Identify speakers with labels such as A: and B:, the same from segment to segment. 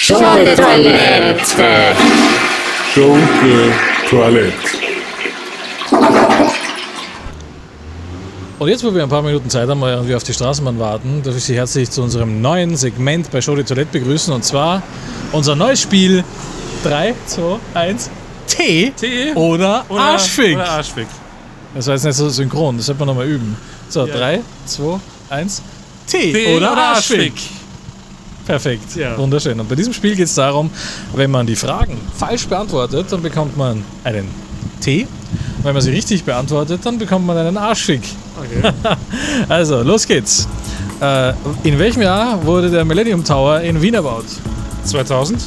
A: Schunke Toilette.
B: Schunke Toilette.
C: Und jetzt, wo wir ein paar Minuten Zeit haben und wir auf die Straßenbahn warten, darf ich Sie herzlich zu unserem neuen Segment bei Show die Toilette begrüßen. Und zwar unser neues Spiel 3, 2, 1, Tee oder Arschfick.
D: Oder Arschfick.
C: Das war jetzt nicht so synchron, das sollte man nochmal üben. So, 3, 2, 1, Tee oder Arschfick. Perfekt,
D: Ja.
C: Wunderschön. Und bei diesem Spiel geht es darum, wenn man die Fragen falsch beantwortet, dann bekommt man einen Tee. Und wenn man sie richtig beantwortet, dann bekommt man einen Arschfick.
D: Okay.
C: Also, los geht's. In welchem Jahr wurde der Millennium Tower in Wien erbaut?
D: 2000?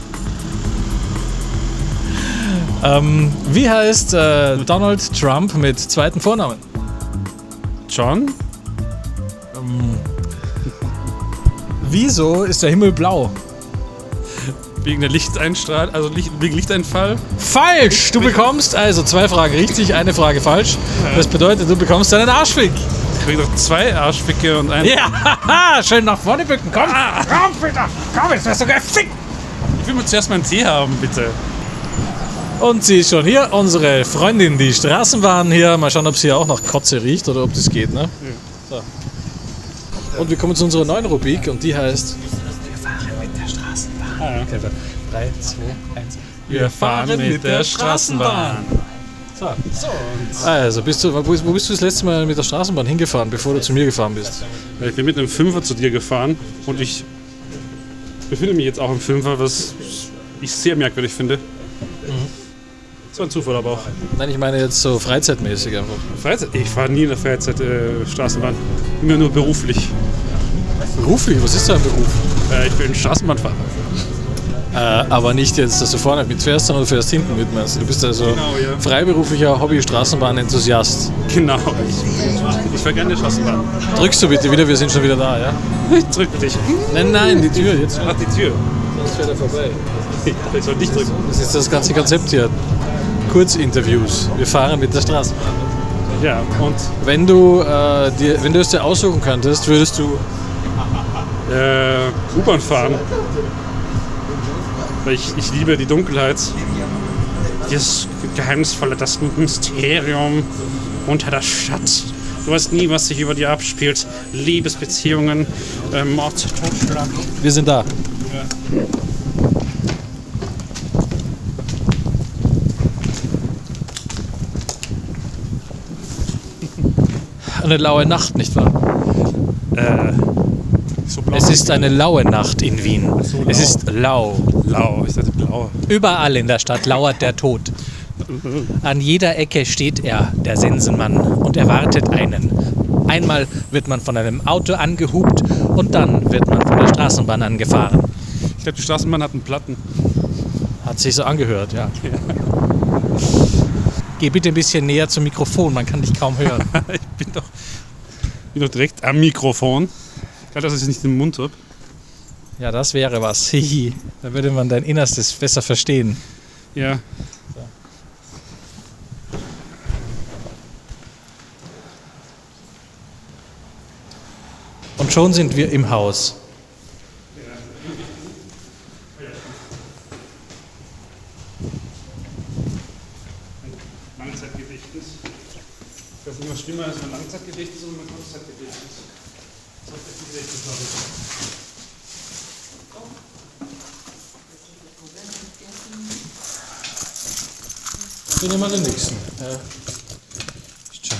C: Wie heißt Donald Trump mit zweiten Vornamen?
D: John?
C: Wieso ist der Himmel blau?
D: Wegen der Lichteinstrahl, also wegen Lichteinfall?
C: Falsch! Du bekommst also 2 Fragen richtig, eine Frage falsch. Das bedeutet, du bekommst einen Arschfick.
D: Ich krieg doch 2 Arschficke und einen.
C: Ja, haha, schön nach vorne bücken. Komm, komm, Peter. Komm, jetzt wirst du gefickt.
D: Ich will mir zuerst mal einen Tee haben, bitte.
C: Und sie ist schon hier, unsere Freundin, die Straßenbahn hier. Mal schauen, ob sie hier auch nach Kotze riecht oder ob das geht, ne? So. Und wir kommen zu unserer neuen Rubrik und die heißt... Wir fahren mit der Straßenbahn. Okay, 3, 2, 1.
D: Wir fahren mit der Straßenbahn.
C: So. Also, wo bist du das letzte Mal mit der Straßenbahn hingefahren, bevor du zu mir gefahren bist?
D: Ich bin mit einem Fünfer zu dir gefahren und ich befinde mich jetzt auch im Fünfer, was ich sehr merkwürdig finde. So ein Zufall aber auch.
C: Nein, ich meine jetzt so freizeitmäßig einfach.
D: Freizeit? Ich fahre nie in der Freizeit Straßenbahn. Immer nur beruflich.
C: Beruflich? Was ist dein Beruf?
D: Ich bin Straßenbahnfahrer.
C: Aber nicht jetzt, dass du vorne mitfährst, sondern du fährst hinten mit. Meinst du? Du bist also
D: Genau, ja.
C: freiberuflicher Hobby-Straßenbahn-Enthusiast.
D: Genau. Ich fahre gerne Straßenbahn.
C: Drückst du bitte wieder, wir sind schon wieder da, ja?
D: Ich drück dich.
C: Nein, die Tür jetzt.
D: Ach, die Tür.
C: Sonst fährt er vorbei.
D: Ich soll nicht drücken.
C: Das ist das ganze Konzept hier. Kurzinterviews. Wir fahren mit der Straßenbahn.
D: Ja, und
C: Wenn du es dir aussuchen könntest, würdest du...
D: U-Bahn fahren. Weil ich liebe die Dunkelheit. Das Geheimnisvolle, das Mysterium unter der Stadt. Du weißt nie, was sich über dir abspielt. Liebesbeziehungen, Mord, Totschlag.
C: Wir sind da. Eine laue Nacht, nicht wahr?
D: So blau.
C: Es ist eine laue Nacht in Wien.
D: So lau.
C: Es ist lau.
D: Lau, ich dachte blau.
C: Überall in der Stadt lauert der Tod. An jeder Ecke steht er, der Sensenmann, und erwartet einen. Einmal wird man von einem Auto angehupt und dann wird man von der Straßenbahn angefahren.
D: Ich glaube, die Straßenbahn hat einen Platten.
C: Hat sich so angehört, ja. Geh bitte ein bisschen näher zum Mikrofon, man kann dich kaum hören.
D: Ich bin doch direkt am Mikrofon. Gerade, dass ich es nicht im Mund habe.
C: Ja, das wäre was. Hihi. Da würde man dein Innerstes besser verstehen.
D: Ja.
C: Und schon sind wir im Haus.
D: Langzeitgedächtnis. Ich weiß nicht, was schlimmer ist, ein Langzeitgedächtnis oder ein Kurzzeitgedächtnis. Das ist das Gedächtnis, glaube ich.
C: Wir nehmen mal den nächsten. Ja. Tja.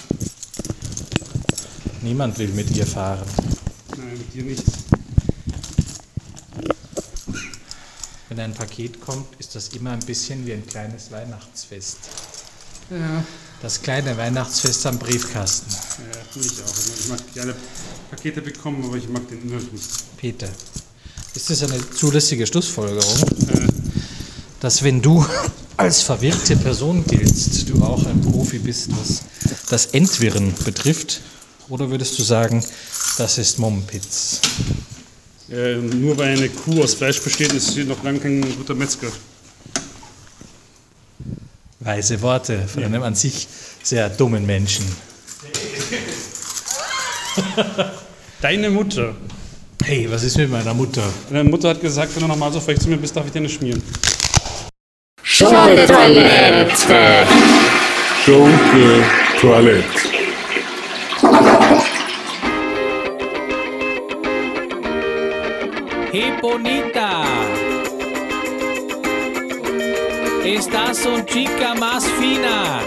C: Niemand will mit ihr fahren.
D: Nein, mit dir nicht.
C: Wenn ein Paket kommt, ist das immer ein bisschen wie ein kleines Weihnachtsfest.
D: Ja.
C: Das kleine Weihnachtsfest am Briefkasten.
D: Ja, finde ich auch. Ich mag gerne Pakete bekommen, aber ich mag den Inhalt nicht.
C: Peter, ist das eine zulässige Schlussfolgerung, dass wenn du als verwirrte Person giltst, du auch ein Profi bist, was das Entwirren betrifft? Oder würdest du sagen, das ist Mumpitz?
D: Nur weil eine Kuh aus Fleisch besteht, ist sie noch lange kein guter Metzger.
C: Weise Worte von einem an sich sehr dummen Menschen.
D: Deine Mutter.
C: Hey, was ist mit meiner Mutter?
D: Deine Mutter hat gesagt, wenn du nochmal so frech zu mir bist, darf ich dir nicht schmieren.
A: Schunke Toilette.
B: Schunke Toilette.
E: Hey bonita, estás un chica más fina.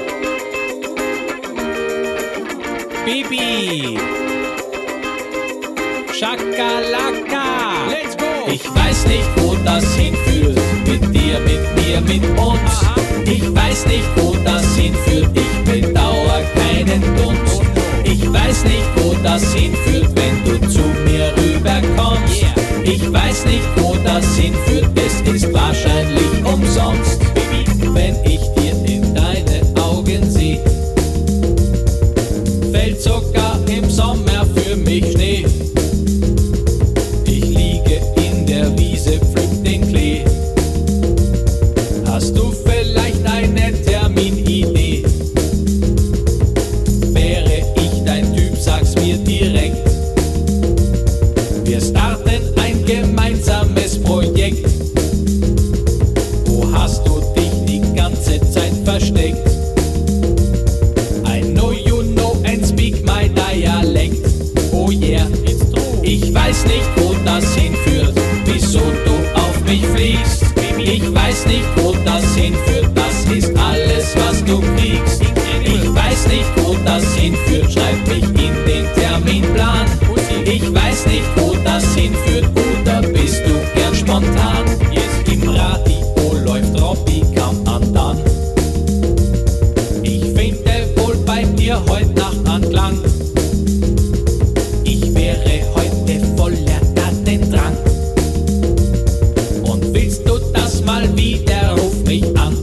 E: Baby, Shakalaka, let's go. Ich weiß nicht, wo das hinführt, mit dir, mit mir, mit uns. Ich weiß nicht, wo das hinführt, ich bedauere keinen Dunst. Ich weiß nicht, wo das hinführt, wenn du zu mir rüberkommst. Ich weiß nicht, wo das hinführt, es ist wahrscheinlich umsonst. Wenn ich dir in deine Augen sehe, fällt sogar im Sommer für mich Schnee. Ich liege in der Wiese, pflück den Klee. Hast du vielleicht eine Terminidee? Wäre ich dein Typ, sag's mir direkt. Wir starten ein gemeinsames Projekt. Wo hast du dich die ganze Zeit versteckt? I know you know and speak my dialect. Oh yeah, it's true. Ich weiß nicht, wo das hinführt, wieso du auf mich fliegst. Ich weiß nicht, wo das hinführt, das ist alles, was du kriegst. Ich weiß nicht, wo das hinführt, schreib mich in den Terminplan. Ich weiß nicht, wo das hinführt, oder bist du gern spontan? Im Radio läuft Robby kaum andern. Ich finde wohl bei dir heute Nacht Anklang. Ich wäre heute voller Tatendrang. Und willst du das mal wieder, ruf mich an.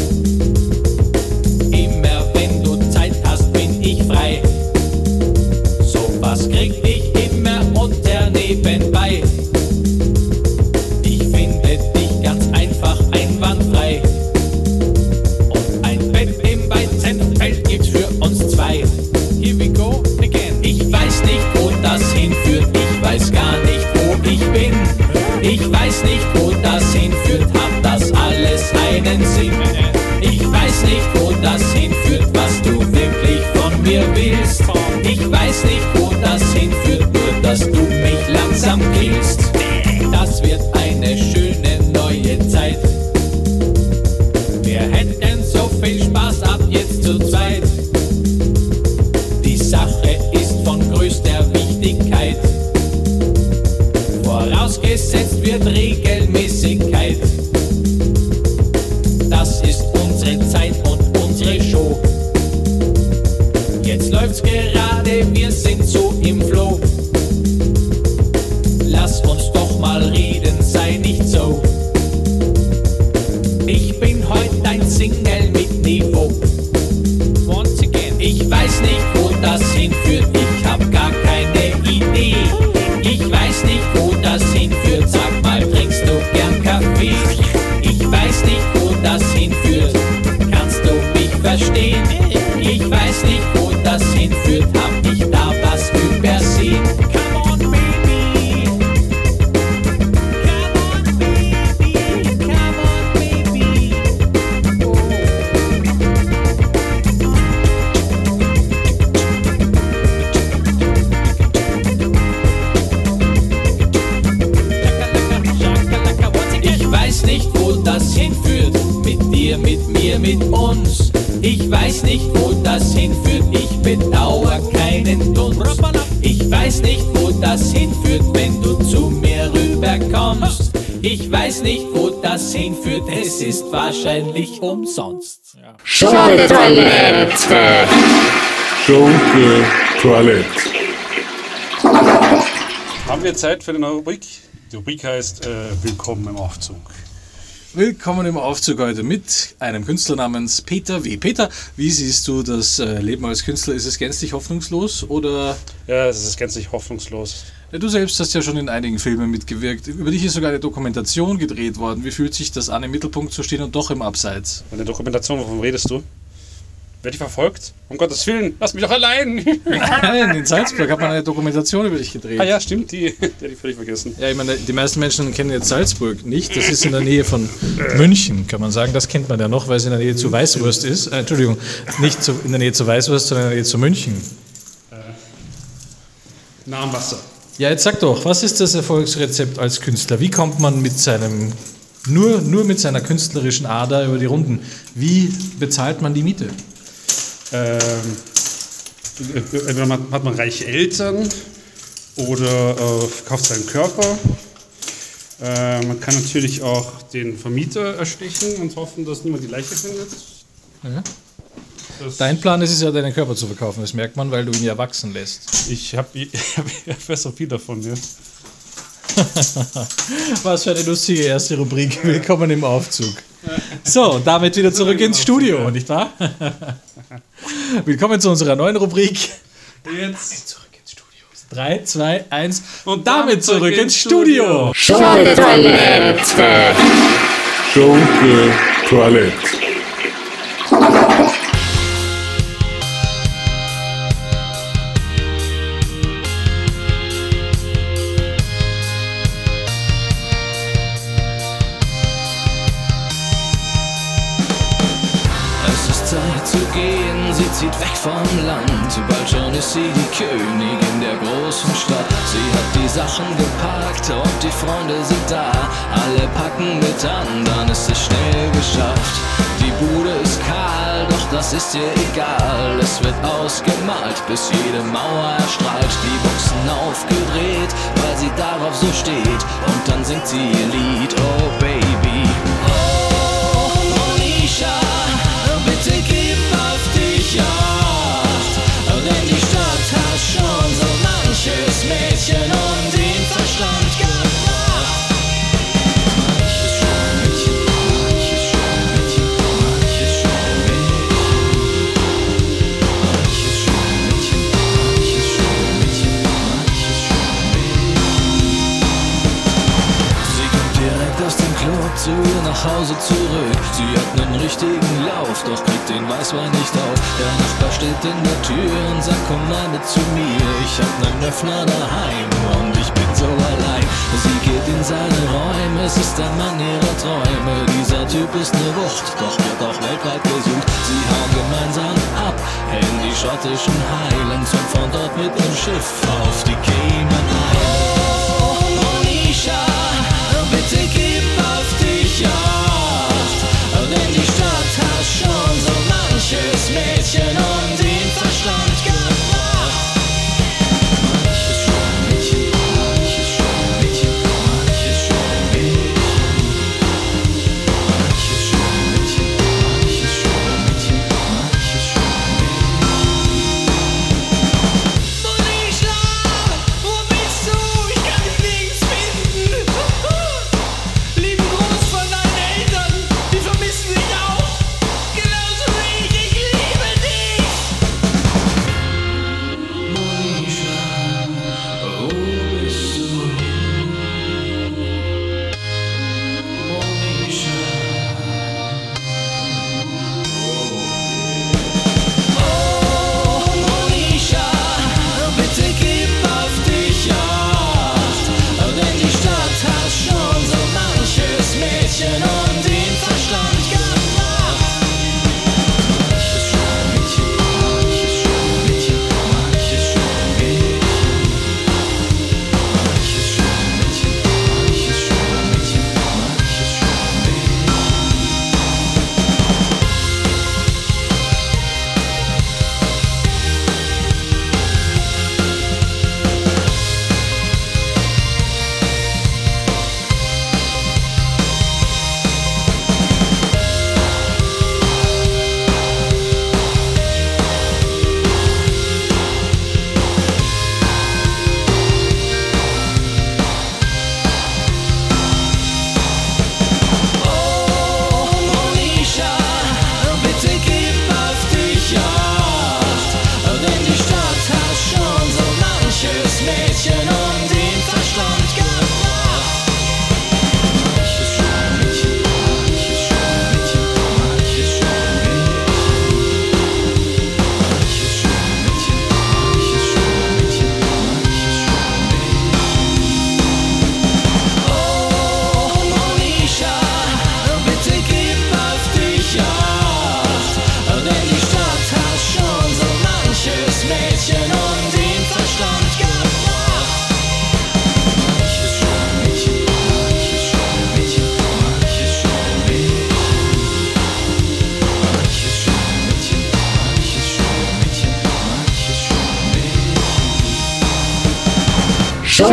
E: Immer wenn du Zeit hast, bin ich frei. So was krieg ich immer unter nebenbei. Ich finde dich ganz einfach einwandfrei. Und ein Bett im Weizenfeld gibt's für uns zwei. Here we go again. Ich weiß nicht, wo das hinführt, ich weiß gar nicht, wo ich bin. Ich weiß nicht, wo das hinführt, hat das alles einen Sinn? Ich weiß nicht, wo das hinführt, was du wirklich von mir willst. Ich weiß nicht, wo das hinführt, nur dass du mich langsam killst. Das wird eine schöne neue Zeit. Wir hätten so viel Spaß ab jetzt zu zweit. Die Sache ist von größter Wichtigkeit. Vorausgesetzt wird Regelmäßigkeit. Das ist unsere Zeit und unsere Show. Jetzt läuft's gerade, wir sind so im Flow. Lass uns doch mal reden, sei nicht so. Ich bin heute ein Single mit Niveau. Once again. Ich weiß nicht, wo das hinführt, ich hab gar keine Idee. Ich weiß nicht, wo das hinführt, sag mal, trinkst du gern Kaffee? Ich weiß nicht, wo das hinführt, kannst du mich verstehen? Ich weiß nicht, wo das hinführt, hab ich da was übersehen? Come on, baby. Come on, baby. Come on, baby. Oh. Ich weiß nicht, wo das hinführt, mit dir, mit mir, mit uns. Ich weiß nicht, wo das hinführt, ich bedauere keinen Dunst. Ich weiß nicht, wo das hinführt, wenn du zu mir rüberkommst. Ich weiß nicht, wo das hinführt, es ist wahrscheinlich umsonst.
A: Schunke Toilette.
B: Schunke Toilette.
D: Haben wir Zeit für eine neue Rubrik? Die Rubrik heißt Willkommen im Aufzug.
C: Willkommen im Aufzug heute mit einem Künstler namens Peter W. Peter, wie siehst du das Leben als Künstler? Ist es gänzlich hoffnungslos oder?
D: Ja, es ist gänzlich hoffnungslos.
C: Ja, du selbst hast ja schon in einigen Filmen mitgewirkt. Über dich ist sogar eine Dokumentation gedreht worden. Wie fühlt sich das an, im Mittelpunkt zu stehen und doch im Abseits?
D: Eine Dokumentation, wovon redest du? Werde ich verfolgt? Um Gottes Willen, lass mich doch allein!
C: Nein, in Salzburg hat man eine Dokumentation über dich gedreht.
D: Ah ja, stimmt, die hätte ich völlig vergessen.
C: Ja, ich meine, die meisten Menschen kennen jetzt Salzburg nicht. Das ist in der Nähe von München, kann man sagen. Das kennt man ja noch, weil es in der Nähe zu Weißwurst ist. Entschuldigung, nicht in der Nähe zu Weißwurst, sondern in der Nähe zu München.
D: Nah am Wasser.
C: Ja, jetzt sag doch, was ist das Erfolgsrezept als Künstler? Wie kommt man mit seinem, nur mit seiner künstlerischen Ader über die Runden? Wie bezahlt man die Miete?
D: Entweder hat man reiche Eltern oder verkauft seinen Körper. Man kann natürlich auch den Vermieter erstechen und hoffen, dass niemand die Leiche findet.
C: Ja. Dein Plan ist es ja, deinen Körper zu verkaufen, das merkt man, weil du ihn ja wachsen lässt.
D: Ich weiß so viel davon, ja.
C: Was für eine lustige erste Rubrik. Willkommen im Aufzug. So, und damit wieder zurück ins Studio, nicht wahr? Willkommen zu unserer neuen Rubrik.
D: Jetzt
C: Zurück ins Studio. 3, 2, 1 und damit zurück ins Studio.
A: Schunke-Toilette.
B: Schunke-Toilette.
E: Zeit zu gehen, sie zieht weg vom Land. Bald schon ist sie die Königin der großen Stadt. Sie hat die Sachen gepackt und die Freunde sind da. Alle packen mit an, dann ist es schnell geschafft. Die Bude ist kahl, doch das ist ihr egal. Es wird ausgemalt, bis jede Mauer erstrahlt. Die Boxen aufgedreht, weil sie darauf so steht. Und dann singt sie ihr Lied, oh Baby. Oh, Monisha, bitte gib auf dich Acht, denn die Stadt hat schon so manches Mädchen um den Verstand gebracht. Manches Schulmädchen, manches Schulmädchen, manches Schulmädchen. Manches Schulmädchen, manches Schulmädchen, manches Schulmädchen. Sie kommt direkt aus dem Club zu ihr nach Hause zurück. Sie hat einen richtigen Lauf, doch kriegt den Weißwein nicht auf. Der Nachbar steht in der Tür und sagt, komm mal mit zu mir. Ich hab nen Öffner daheim und ich bin so allein. Sie geht in seine Räume, es ist der Mann ihrer Träume. Dieser Typ ist ne Wucht, doch wird auch weltweit gesucht. Sie hauen gemeinsam ab in die schottischen Highlands und von dort mit dem Schiff auf die Cayman Islands. Oh, Monisha, bitte gib auf dich Acht, denn die Stadt hat schon so manches Mädchen um den Verstand gebracht. Manches Schulmädchen, manches Schulmädchen, manches Schulmädchen. Manches Schulmädchen, manches Schulmädchen, manches Schulmädchen. Monisha, wo bist du?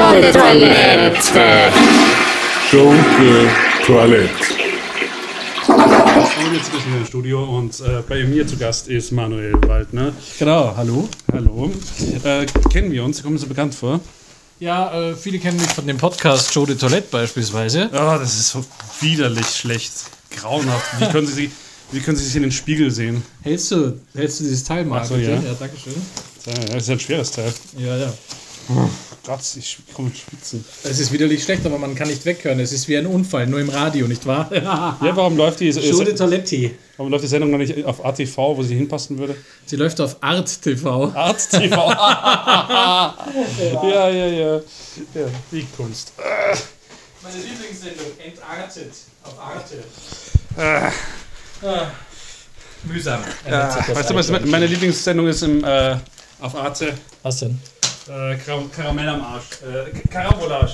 A: Schunke Toilette.
B: Schunke Toilette.
D: Und jetzt sind wir im Studio und bei mir zu Gast ist Manuel Waldner.
C: Genau, hallo.
D: Hallo. Kennen wir uns? Kommen Sie bekannt vor?
C: Ja, viele kennen mich von dem Podcast Show de Toilette beispielsweise.
D: Oh, das ist so widerlich schlecht. Grauenhaft. Wie können Sie sich in den Spiegel sehen?
C: Hältst du dieses Teil mal?
D: Ach so, ja.
C: Ja, danke schön.
D: Das ist ein schweres Teil.
C: Ja.
D: Gott, ich komme ins Schwitzen.
C: Es ist widerlich schlecht, aber man kann nicht weghören. Es ist wie ein Unfall, nur im Radio, nicht wahr?
D: Ja, warum läuft die
C: Show de Toilette.
D: Warum läuft die Sendung noch nicht auf ATV, wo sie hinpassen würde?
C: Sie läuft auf Art TV.
D: Art TV. Ja. Wie Kunst.
C: Meine Lieblingssendung, Entartet, auf Arte. Mühsam.
D: Weißt du, was meine Lieblingssendung ist auf Arte?
C: Was denn?
D: Karamell am Arsch. Karambolage.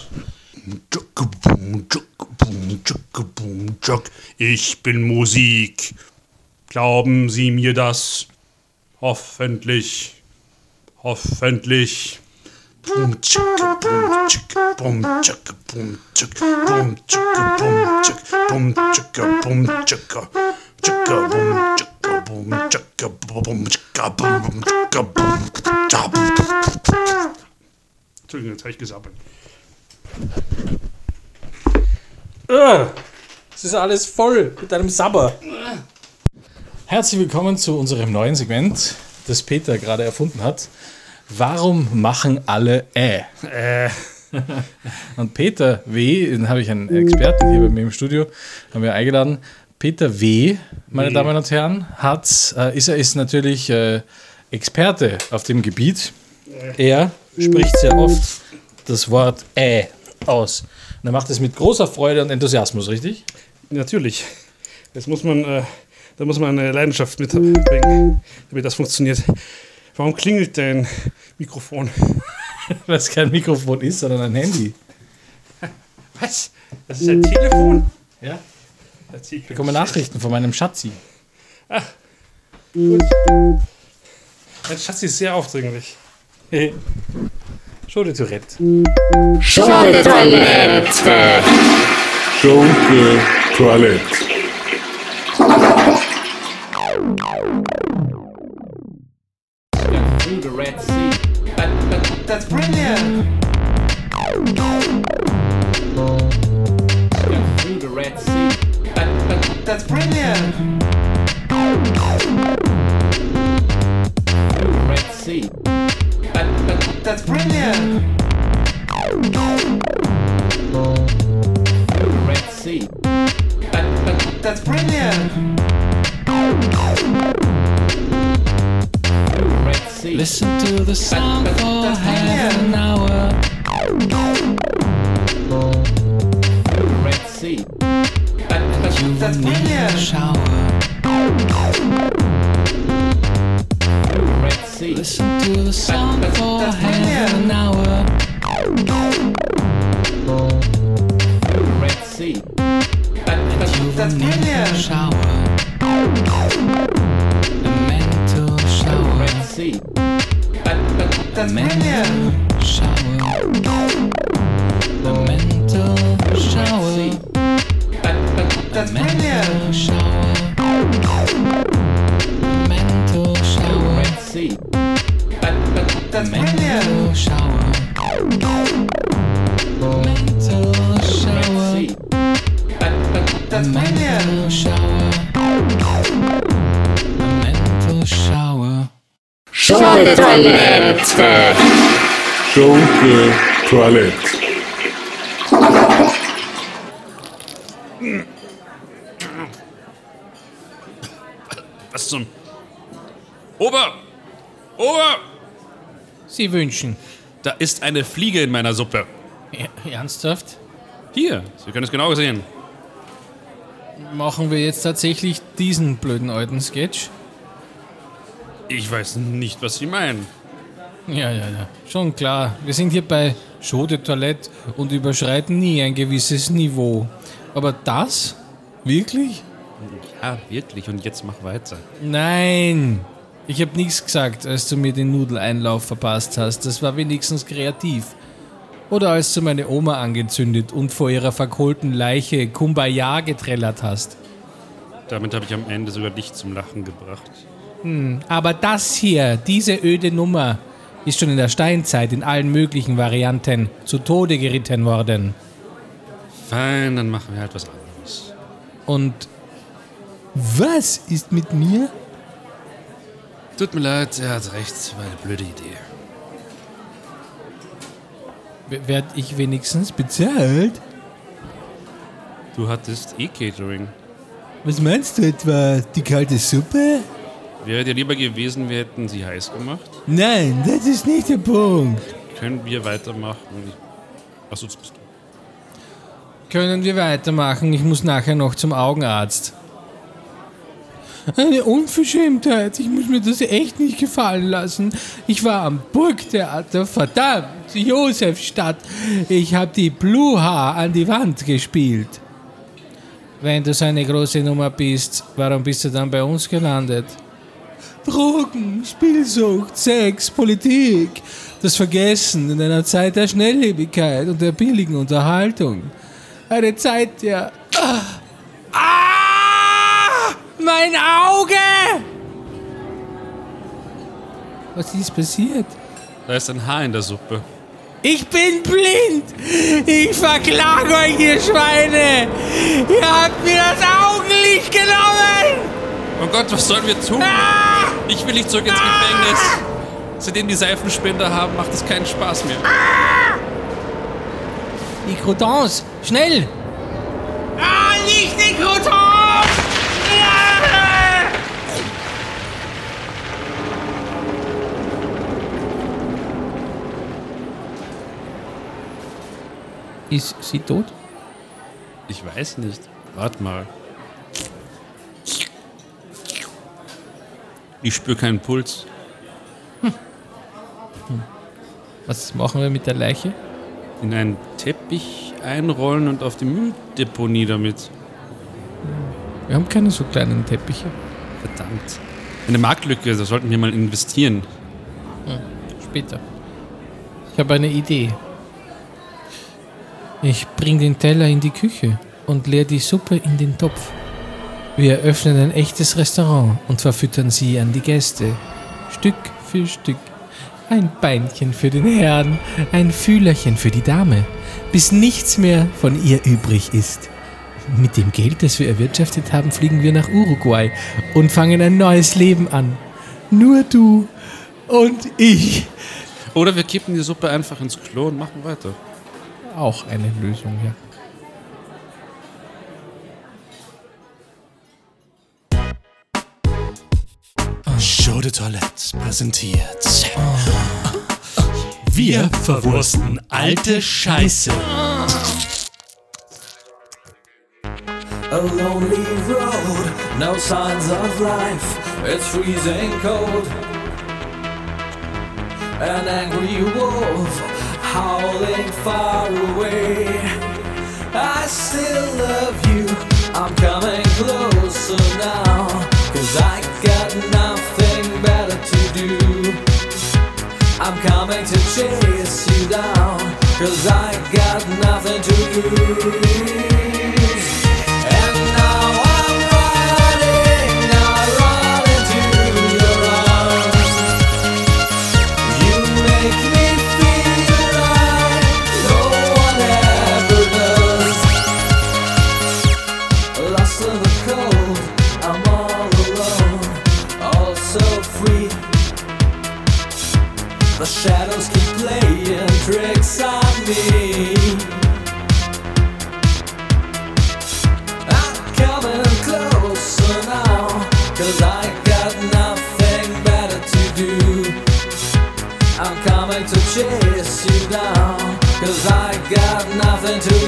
D: Ich bin Musik. Glauben Sie mir das? Hoffentlich. Hoffentlich. Bum tschicka bum tschicka bum tschicka bum tschicka bum tschicka bum tschicka bum tschicka bum tschicka tschicka bum tschicka bum tschicka bum tschicka bum tschicka bum tschicka bum. Entschuldigung, jetzt habe ich gesabbelt.
C: Es ist alles voll mit einem Sabber. Herzlich willkommen zu unserem neuen Segment, das Peter gerade erfunden hat. Warum machen alle Und Peter W., den habe ich einen Experten hier bei mir im Studio, haben wir eingeladen. Peter W., meine Damen und Herren, ist natürlich Experte auf dem Gebiet. Er spricht sehr oft das Wort aus. Und er macht es mit großer Freude und Enthusiasmus, richtig?
D: Natürlich. Da muss man eine Leidenschaft mitbringen, damit das funktioniert. Warum klingelt dein Mikrofon?
C: Weil es kein Mikrofon ist, sondern ein Handy.
D: Was? Das ist ein Telefon?
C: Ja. Ich bekomme Nachrichten von meinem Schatzi.
D: Gut. Mein Schatzi ist sehr aufdringlich.
C: Show de Toilette.
A: Schunke Toilette.
B: Schunke Toilette.
E: Through the Red Sea. That's brilliant! Through the Red Sea. That's brilliant! Through the Red Sea. That's brilliant! Through the Red Sea. That's brilliant!
F: Listen to the song for half an hour.
E: Red Sea.
F: You will need a shower.
E: Red Sea.
F: Listen to the song for half an hour.
E: Red Sea.
F: You will need a shower. A mental shower.
E: Red Sea.
F: A mental shower. A mental shower. A mental shower. A mental shower.
E: Red Sea.
F: A mental shower. A mental shower. A mental shower. A mental shower.
A: Schunke Toilette.
B: Schunke Toilette.
D: Was zum... Ober! Ober!
F: Sie wünschen.
D: Da ist eine Fliege in meiner Suppe.
F: Ernsthaft?
D: Hier, Sie können es genau sehen.
F: Machen wir jetzt tatsächlich diesen blöden alten Sketch?
D: Ich weiß nicht, was Sie meinen.
F: Ja. Schon klar. Wir sind hier bei Show de Toilette und überschreiten nie ein gewisses Niveau. Aber das? Wirklich?
D: Ja, wirklich. Und jetzt mach weiter.
F: Nein! Ich habe nichts gesagt, als du mir den Nudeleinlauf verpasst hast. Das war wenigstens kreativ. Oder als du meine Oma angezündet und vor ihrer verkohlten Leiche Kumbaya getrellert hast?
D: Damit habe ich am Ende sogar dich zum Lachen gebracht.
F: Aber das hier, diese öde Nummer, ist schon in der Steinzeit in allen möglichen Varianten zu Tode geritten worden.
D: Fein, dann machen wir halt was anderes.
F: Und was ist mit mir?
D: Tut mir leid, er hat recht, war eine blöde Idee.
F: Werd ich wenigstens bezahlt?
D: Du hattest Catering.
F: Was meinst du etwa? Die kalte Suppe?
D: Wäre dir lieber gewesen, wir hätten sie heiß gemacht?
F: Nein, das ist nicht der Punkt.
D: Können wir weitermachen? Achso, das bist du.
F: Können wir weitermachen? Ich muss nachher noch zum Augenarzt. Eine Unverschämtheit. Ich muss mir das echt nicht gefallen lassen. Ich war am Burgtheater, verdammt, Josefstadt. Ich habe die Pluha an die Wand gespielt. Wenn du so eine große Nummer bist, warum bist du dann bei uns gelandet? Drogen, Spielsucht, Sex, Politik. Das Vergessen in einer Zeit der Schnelllebigkeit und der billigen Unterhaltung. Eine Zeit der... Mein Auge! Was ist passiert?
D: Da ist ein Haar in der Suppe.
F: Ich bin blind! Ich verklage euch, ihr Schweine! Ihr habt mir das Augenlicht genommen!
D: Oh Gott, was sollen wir tun? Ich will nicht zurück ins Gefängnis. Seitdem die Seifenspender haben, macht es keinen Spaß mehr.
F: Die Croutons! Schnell! Nicht die Croutons! Ist sie tot?
D: Ich weiß nicht. Warte mal. Ich spüre keinen Puls.
F: Was machen wir mit der Leiche?
D: In einen Teppich einrollen und auf die Mülldeponie damit.
F: Wir haben keine so kleinen Teppiche.
D: Verdammt. Eine Marktlücke, da sollten wir mal investieren.
F: Später. Ich habe eine Idee. Ich bring den Teller in die Küche und leer die Suppe in den Topf. Wir eröffnen ein echtes Restaurant und verfüttern sie an die Gäste. Stück für Stück. Ein Beinchen für den Herrn, ein Fühlerchen für die Dame, bis nichts mehr von ihr übrig ist. Mit dem Geld, das wir erwirtschaftet haben, fliegen wir nach Uruguay und fangen ein neues Leben an. Nur du und ich.
D: Oder wir kippen die Suppe einfach ins Klo und machen weiter.
F: Auch eine Lösung, ja.
G: Show de Toilette präsentiert. Wir verwursten alte Scheiße.
E: A lonely road, no signs of life, it's freezing cold. An angry wolf, howling far away. I still love you, I'm coming closer now, 'cause I got nothing better to do. I'm coming to chase you down, 'cause I got nothing to lose. And now I'm running to your arms. You make me feel like no one ever does. Lost in the cold, I'm all alone, all so free. The shadows keep playing tricks on me. I'm coming closer now, 'cause I got nothing better to do. I'm coming to chase you down, 'cause I got nothing to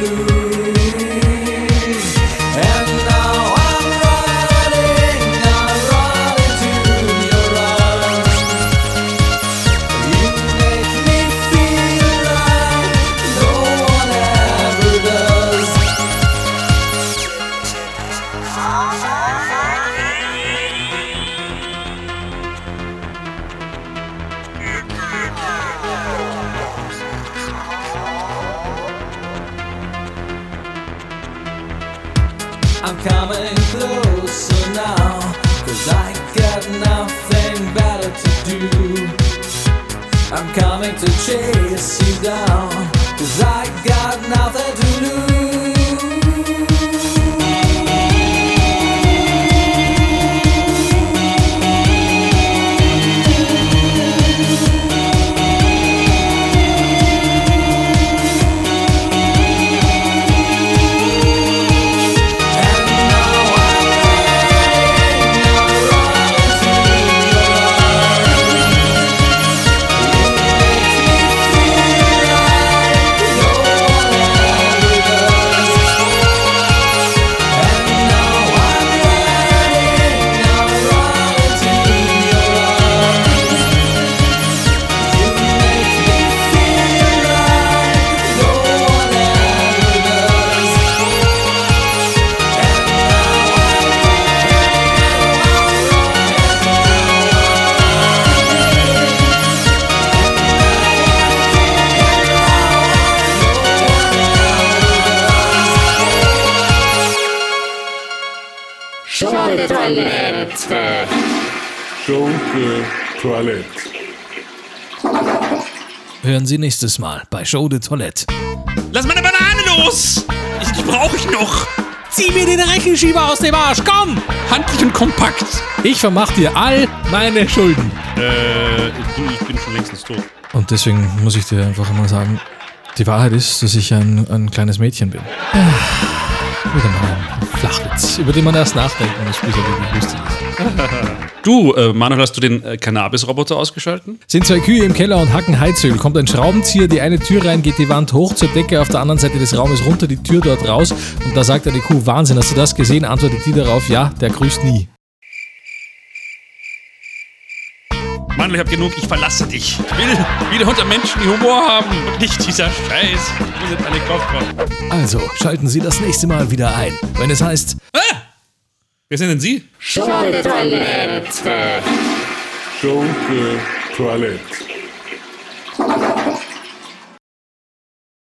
E: lose. And now I'm running to your arms. You make me feel like no one ever does. I'm coming closer now, 'cause I got nothing better to do. I'm coming to chase you down, 'cause I got nothing to lose.
A: Schunke Toilette.
B: Schunke Toilette.
C: Hören Sie nächstes Mal bei Show de Toilette.
D: Lass meine Banane los! Die brauche ich noch!
C: Zieh mir den Rechenschieber aus dem Arsch, komm!
D: Handlich und kompakt!
C: Ich vermach dir all meine Schulden.
D: Ich bin schon längstens tot.
C: Und deswegen muss ich dir einfach mal sagen, die Wahrheit ist, dass ich ein kleines Mädchen bin. Wieder mal ein Flachwitz, über den man erst nachdenken muss, bis er wirklich lustig ist.
D: Du, Manuel, hast du den Cannabis-Roboter ausgeschalten?
C: Sind zwei Kühe im Keller und hacken Heizöl. Kommt ein Schraubenzieher, die eine Tür rein, geht die Wand hoch zur Decke, auf der anderen Seite des Raumes runter, die Tür dort raus. Und da sagt eine Kuh, Wahnsinn, hast du das gesehen? Antwortet die darauf, ja, der grüßt nie.
D: Manuel, ich hab genug, ich verlasse dich. Ich will wieder unter Menschen, die Humor haben und nicht dieser Scheiß. Wo sind meine Koffer?
C: Also, schalten Sie das nächste Mal wieder ein, wenn es heißt...
D: Wer sind denn Sie?
A: Schunke Toilette.
B: Schunke Toilette.